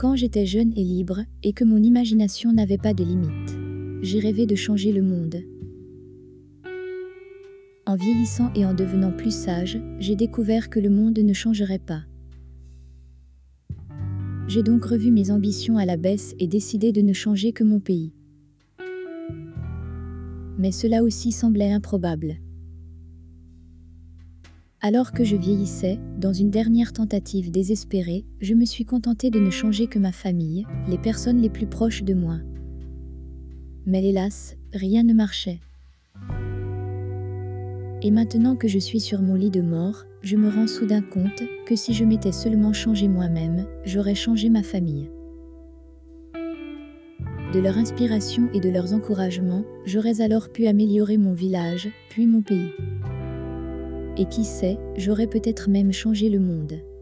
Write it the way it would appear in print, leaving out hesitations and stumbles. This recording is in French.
Quand j'étais jeune et libre, et que mon imagination n'avait pas de limites, j'ai rêvé de changer le monde. En vieillissant et en devenant plus sage, j'ai découvert que le monde ne changerait pas. J'ai donc revu mes ambitions à la baisse et décidé de ne changer que mon pays. Mais cela aussi semblait improbable. Alors que je vieillissais, dans une dernière tentative désespérée, je me suis contentée de ne changer que ma famille, les personnes les plus proches de moi. Mais hélas, rien ne marchait. Et maintenant que je suis sur mon lit de mort, je me rends soudain compte que si je m'étais seulement changé moi-même, j'aurais changé ma famille. De leur inspiration et de leurs encouragements, j'aurais alors pu améliorer mon village, puis mon pays. Et qui sait, j'aurais peut-être même changé le monde.